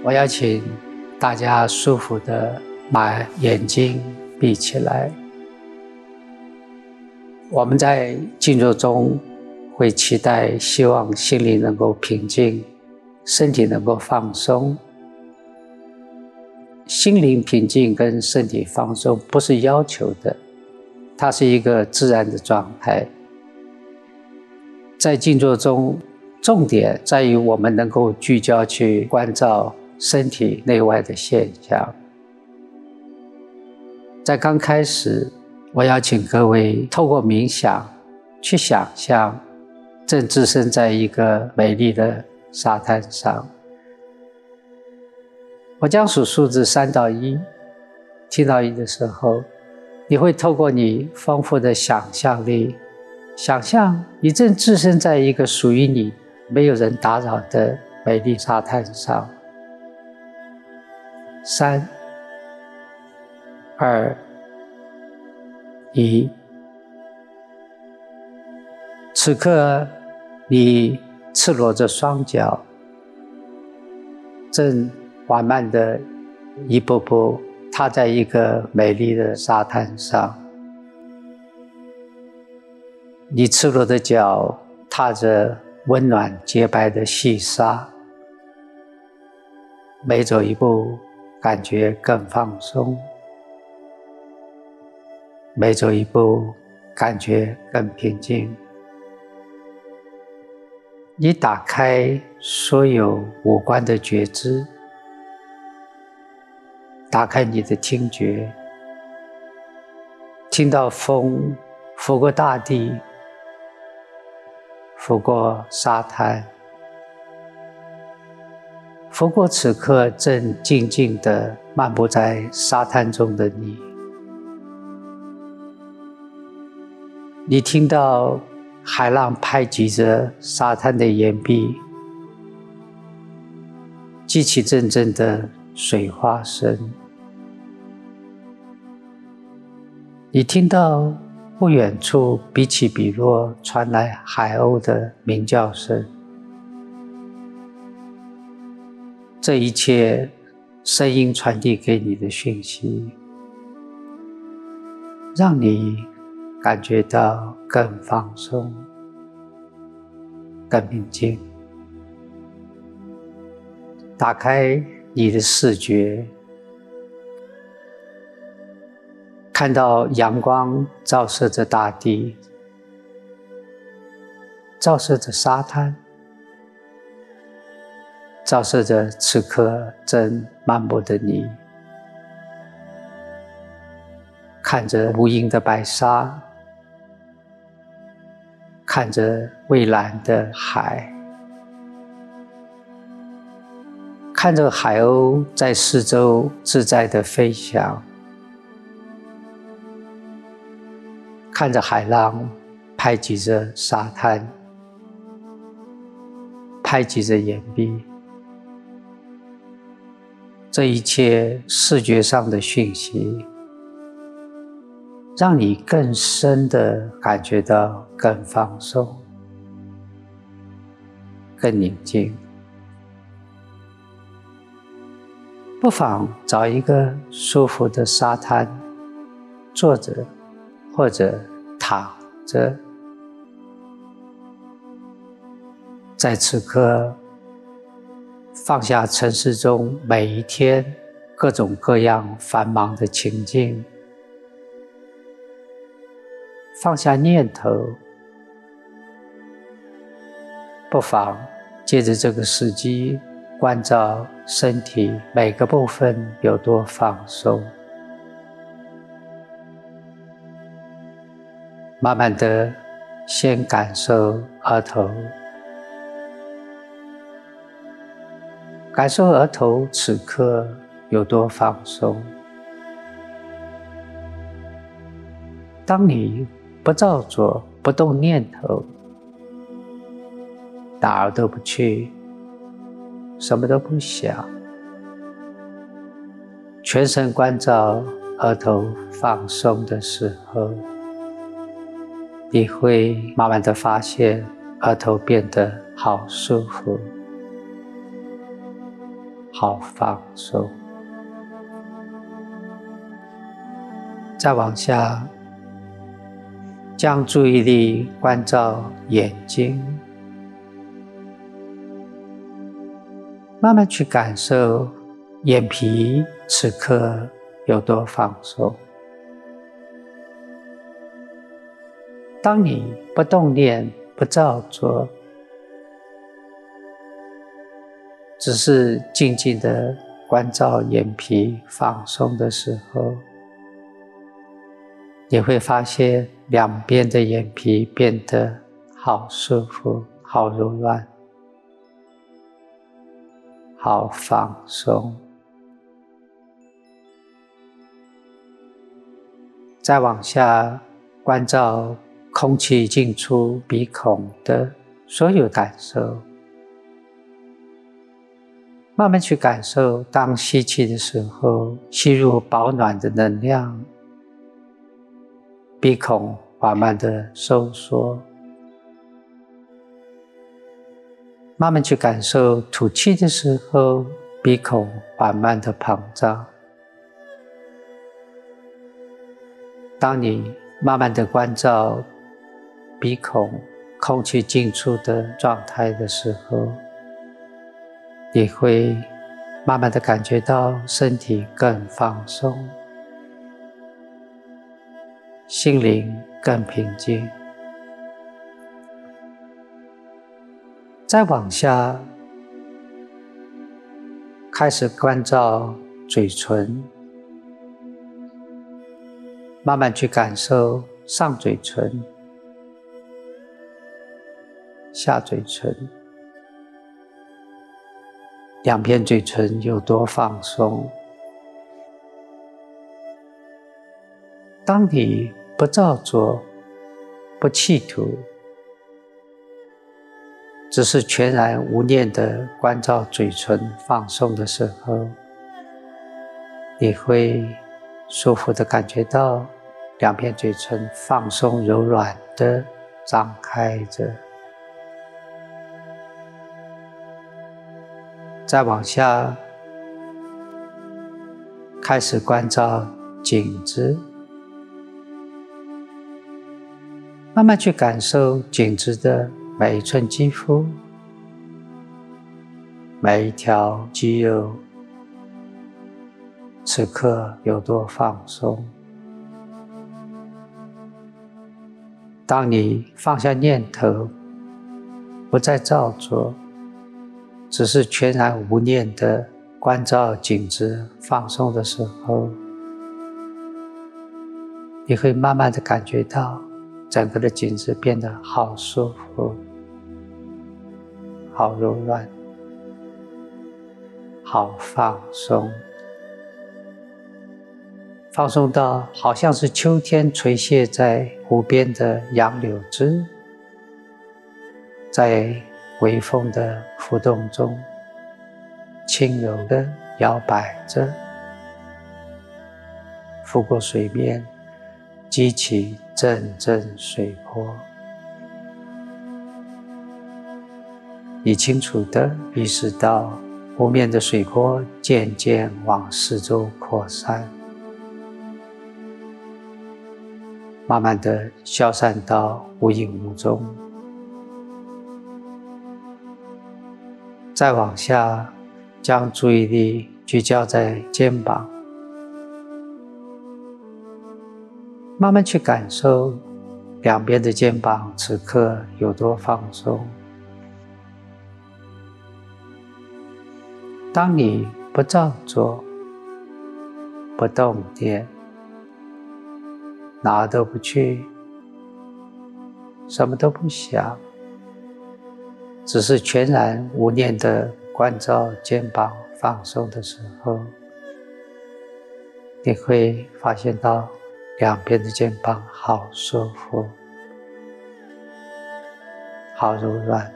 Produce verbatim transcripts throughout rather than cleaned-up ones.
我邀请大家舒服的把眼睛闭起来。我们在静坐中会期待希望心灵能够平静，身体能够放松。心灵平静跟身体放松不是要求的，它是一个自然的状态。在静坐中，重点在于我们能够聚焦去关照身体内外的现象。在刚开始，我邀请各位透过冥想去想象正置身在一个美丽的沙滩上。我将数数字三到一，听到一的时候，你会透过你丰富的想象力，想象你正置身在一个属于你、没有人打扰的美丽沙滩上。三、二、一。此刻，你赤裸着双脚，正缓慢地一步步踏在一个美丽的沙滩上。你赤裸的脚踏着温暖洁白的细沙，每走一步感觉更放松，每走一步感觉更平静。你打开所有五官的觉知，打开你的听觉，听到风拂过大地，拂过沙滩，拂过此刻正静静地漫步在沙滩中的你。你听到海浪拍击着沙滩的岩壁，激起阵阵的水花声。你听到不远处彼起彼落传来海鸥的鸣叫声。这一切声音传递给你的讯息，让你感觉到更放松，更平静。打开你的视觉，看到阳光照射着大地，照射着沙滩，照射着此刻正漫步的你。看着无垠的白沙，看着蔚蓝的海，看着海鸥在四周自在地飞翔，看着海浪拍击着沙滩，拍击着岩壁。这一切视觉上的讯息，让你更深地感觉到更放松，更宁静。不妨找一个舒服的沙滩，坐着或者躺着。在此刻，放下城市中每一天各种各样繁忙的情境，放下念头，不妨借着这个时机关照身体每个部分有多放松。慢慢的先感受额头，感受额头此刻有多放松。当你不造作，不动念头，哪儿都不去，什么都不想，全神关照额头放松的时候，你会慢慢的发现额头变得好舒服， 好放松。再往下，将注意力关照眼睛，慢慢去感受眼皮此刻有多放松。当你不动念、不造作，只是静静的关照眼皮放松的时候，你会发现两边的眼皮变得好舒服、好柔软、好放松。再往下关照空气进出鼻孔的所有感受，慢慢去感受，当吸气的时候，吸入保暖的能量，鼻孔缓慢的收缩，慢慢去感受吐气的时候，鼻孔缓慢的膨胀。当你慢慢的关照鼻孔空气进出的状态的时候，你会慢慢的感觉到身体更放松，心灵更平静。再往下，开始关照嘴唇，慢慢去感受上嘴唇、下嘴唇，两边嘴唇有多放松。当你不造作、不企图，只是全然无念的关照嘴唇放松的时候，你会舒服的感觉到两边嘴唇放松柔软的张开着。再往下，开始关照颈子，慢慢去感受颈子的每一寸肌肤，每一条肌肉，此刻有多放松。当你放下念头，不再造作，只是全然无念的关照颈子放松的时候，你会慢慢的感觉到整个的颈子变得好舒服、好柔软、好放松，放松到好像是秋天垂泻在湖边的杨柳枝，在微风的浮动中轻柔地摇摆着，拂过水面，激起阵阵水波。你清楚地意识到湖面的水波渐渐往四周扩散，慢慢地消散到无影无踪。再往下，将注意力聚焦在肩膀，慢慢去感受两边的肩膀此刻有多放松。当你不造作、不动念，哪儿都不去，什么都不想，只是全然无念的关照肩膀放松的时候，你会发现到两边的肩膀好舒服、好柔软、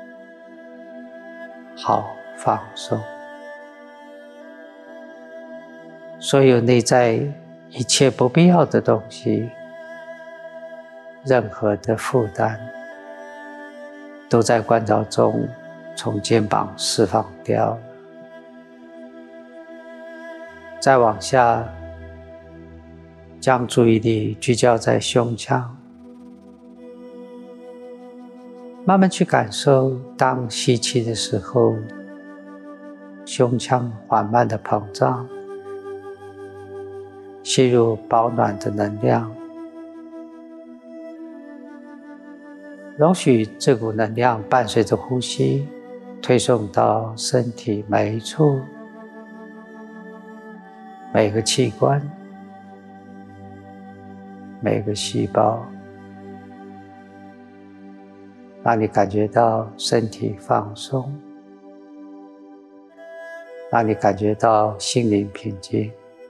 好放松。所有内在一切不必要的东西，任何的负担，都在关照中从肩膀释放掉了。 再往下，将注意力聚焦在胸腔，慢慢去感受，当吸气的时候，胸腔缓慢的膨胀，吸入保暖的能量，容许这股能量伴随着呼吸推送到身体每一处、每个器官、每个细胞，让你感觉到身体放松，让你感觉到心灵平静，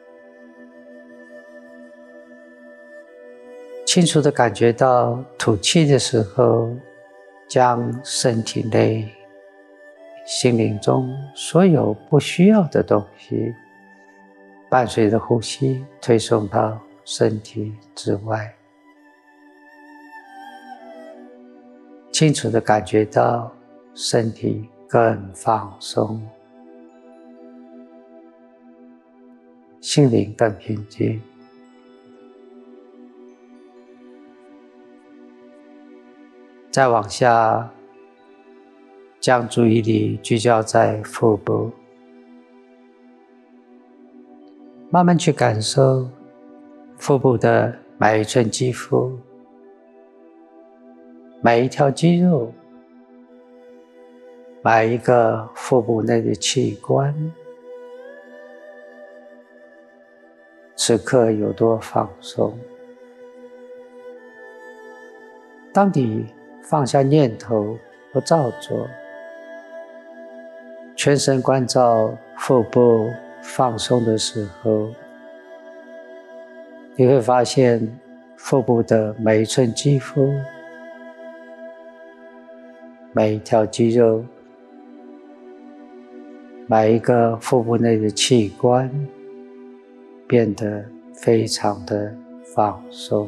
清楚地感觉到吐气的时候，将身体内、心灵中所有不需要的东西，伴随着呼吸推送到身体之外，清楚地感觉到身体更放松，心灵更平静。再往下，将注意力聚焦在腹部，慢慢去感受腹部的每一寸肌肤、每一条肌肉、每一个腹部内的器官，此刻有多放松。当你放下念头和造作，全神关照腹部放松的时候，你会发现腹部的每一寸肌肤、每一条肌肉、每一个腹部内的器官变得非常的放松，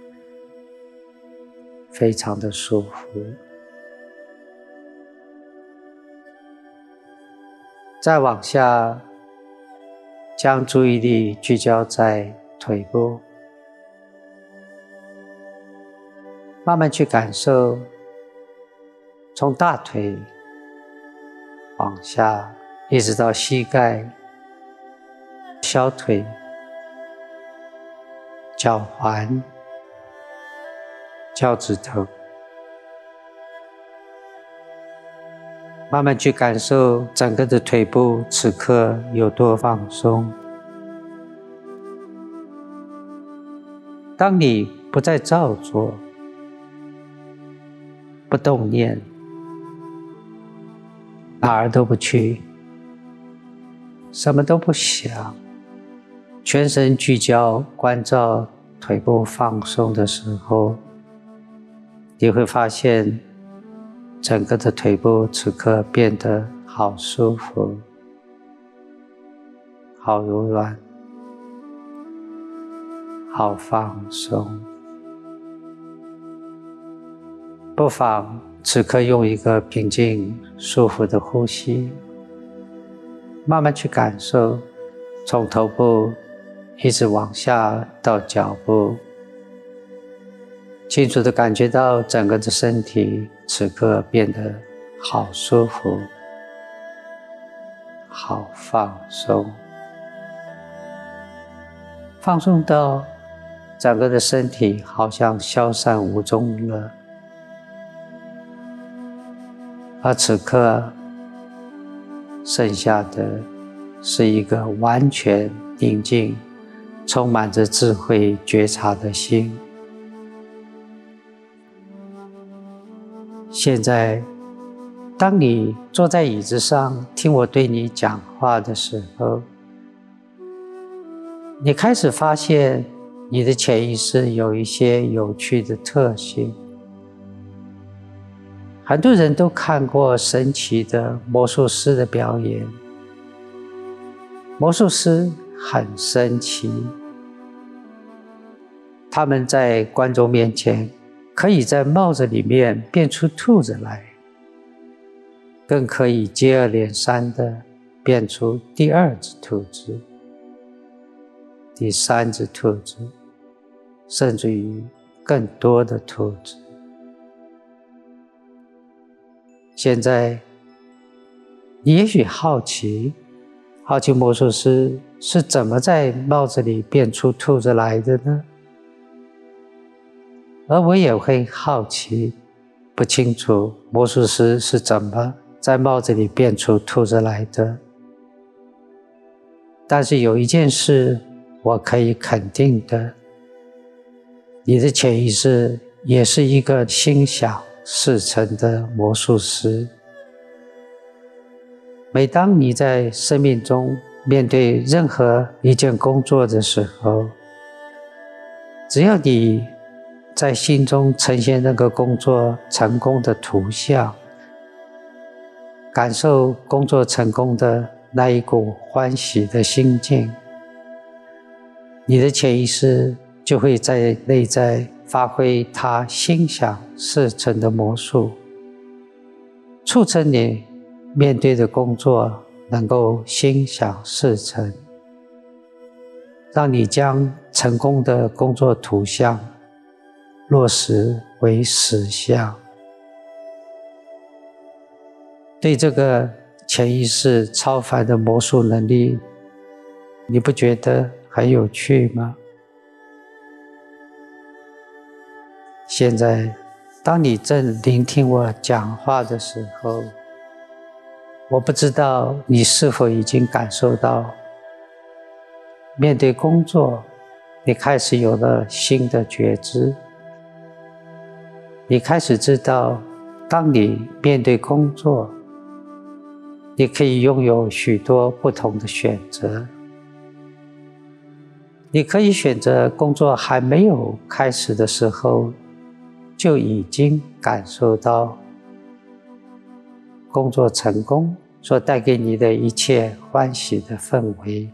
非常的舒服。再往下，将注意力聚焦在腿部，慢慢去感受，从大腿往下，一直到膝盖、小腿、脚踝、脚趾头，慢慢去感受整个的腿部此刻有多放松。当你不再造作，不动念，哪儿都不去，什么都不想，全神聚焦关照腿部放松的时候，你会发现整个的腿部此刻变得好舒服，好柔软，好放松。不妨此刻用一个平静舒服的呼吸，慢慢去感受，从头部一直往下到脚部，清楚地感觉到整个的身体此刻变得好舒服，好放松，放松到整个的身体好像消散无踪了。而此刻剩下的是一个完全宁静、充满着智慧觉察的心。现在，当你坐在椅子上听我对你讲话的时候，你开始发现你的潜意识有一些有趣的特性。很多人都看过神奇的魔术师的表演，魔术师很神奇，他们在观众面前可以在帽子里面变出兔子来，更可以接二连三地变出第二只兔子， 第三只兔子，甚至于更多的兔子。现在你也许好奇，好奇魔术师是怎么在帽子里变出兔子来的呢？而我也会好奇，不清楚魔术师是怎么在帽子里变出兔子来的。但是有一件事我可以肯定的，你的潜意识也是一个心想事成的魔术师。每当你在生命中面对任何一件工作的时候，只要你在心中呈现那个工作成功的图像，感受工作成功的那一股欢喜的心境，你的潜意识就会在内在发挥它心想事成的魔术，促成你面对的工作能够心想事成，让你将成功的工作图像落实为实相。对这个潜意识超凡的魔术能力，你不觉得很有趣吗？现在，当你正聆听我讲话的时候，我不知道你是否已经感受到，面对工作，你开始有了新的觉知。你开始知道，当你面对工作，你可以拥有许多不同的选择。你可以选择工作还没有开始的时候，就已经感受到工作成功所带给你的一切欢喜的氛围。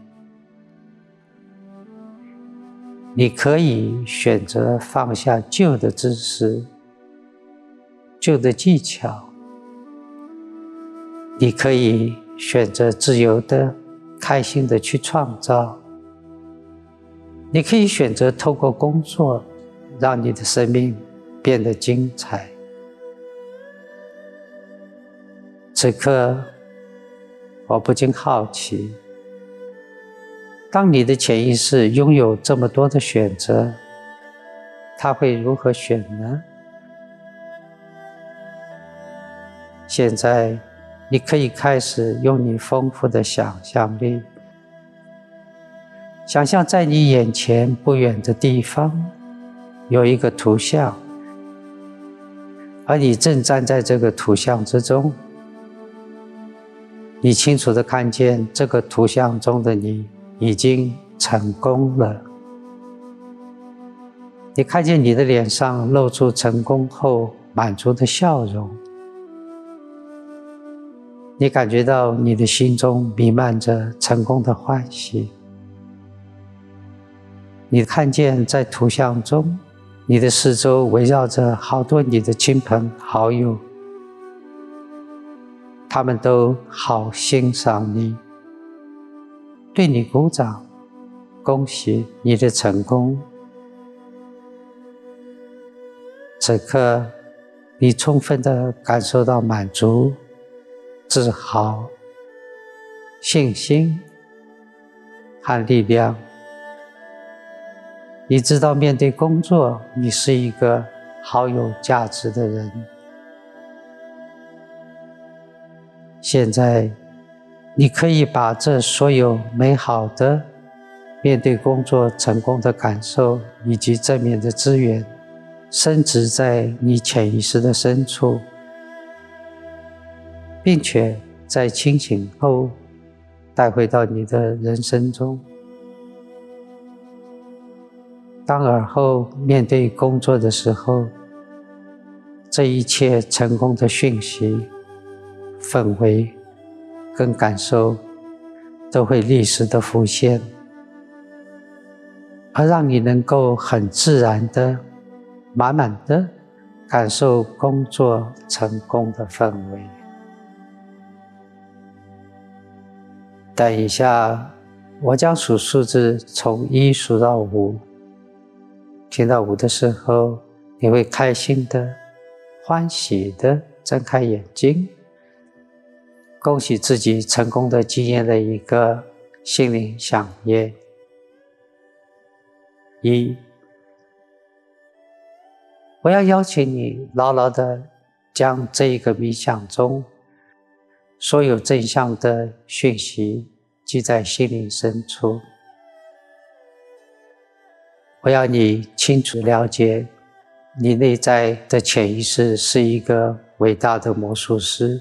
你可以选择放下旧的知识、旧的技巧，你可以选择自由的、开心的去创造。你可以选择透过工作，让你的生命变得精彩。此刻，我不禁好奇，当你的潜意识拥有这么多的选择，它会如何选呢？现在，你可以开始用你丰富的想象力，想象在你眼前不远的地方有一个图像，而你正站在这个图像之中。你清楚地看见这个图像中的你已经成功了。你看见你的脸上露出成功后满足的笑容。你感觉到你的心中弥漫着成功的欢喜。你看见在图像中，你的四周围绕着好多你的亲朋好友，他们都好欣赏你，对你鼓掌，恭喜你的成功。此刻，你充分地感受到满足、自豪、信心和力量。你知道面对工作，你是一个好有价值的人。现在，你可以把这所有美好的面对工作成功的感受以及正面的资源，深植在你潜意识的深处，并且在清醒后带回到你的人生中。当尔后面对工作的时候，这一切成功的讯息、氛围跟感受都会立时的浮现，而让你能够很自然的、满满的感受工作成功的氛围。等一下， 我将数数字从一数到五，听到五的时候，你会开心的、欢喜的睁开眼睛，恭喜自己成功的经验的一个心灵响应。一，我要邀请你牢牢的将这一个冥想中所有正向的讯息记在心灵深处。我要你清楚了解，你内在的潜意识是一个伟大的魔术师，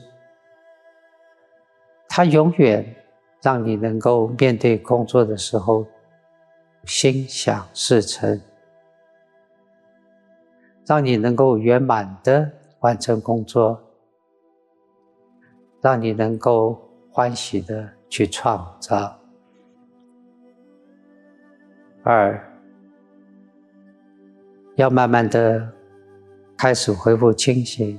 它永远让你能够面对工作的时候心想事成，让你能够圆满的完成工作，让你能够欢喜的去创造。二，要慢慢的开始恢复清醒，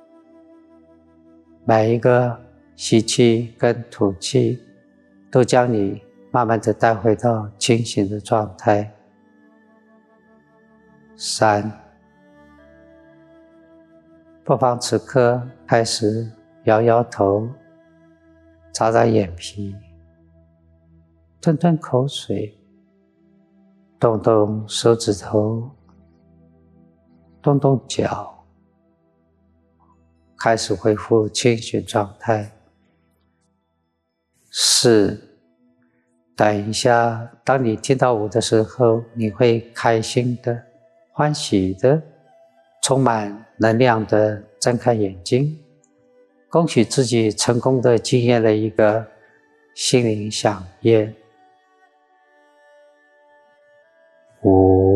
每一个吸气跟吐气都将你慢慢的带回到清醒的状态。三，不妨此刻开始摇摇头，眨眨眼皮，吞吞口水，动动手指头，动动脚，开始恢复清醒状态。四，等一下，当你听到五的时候，你会开心的、欢喜的、充满能量的睁开眼睛，恭喜自己成功的经验了一个心灵响应。五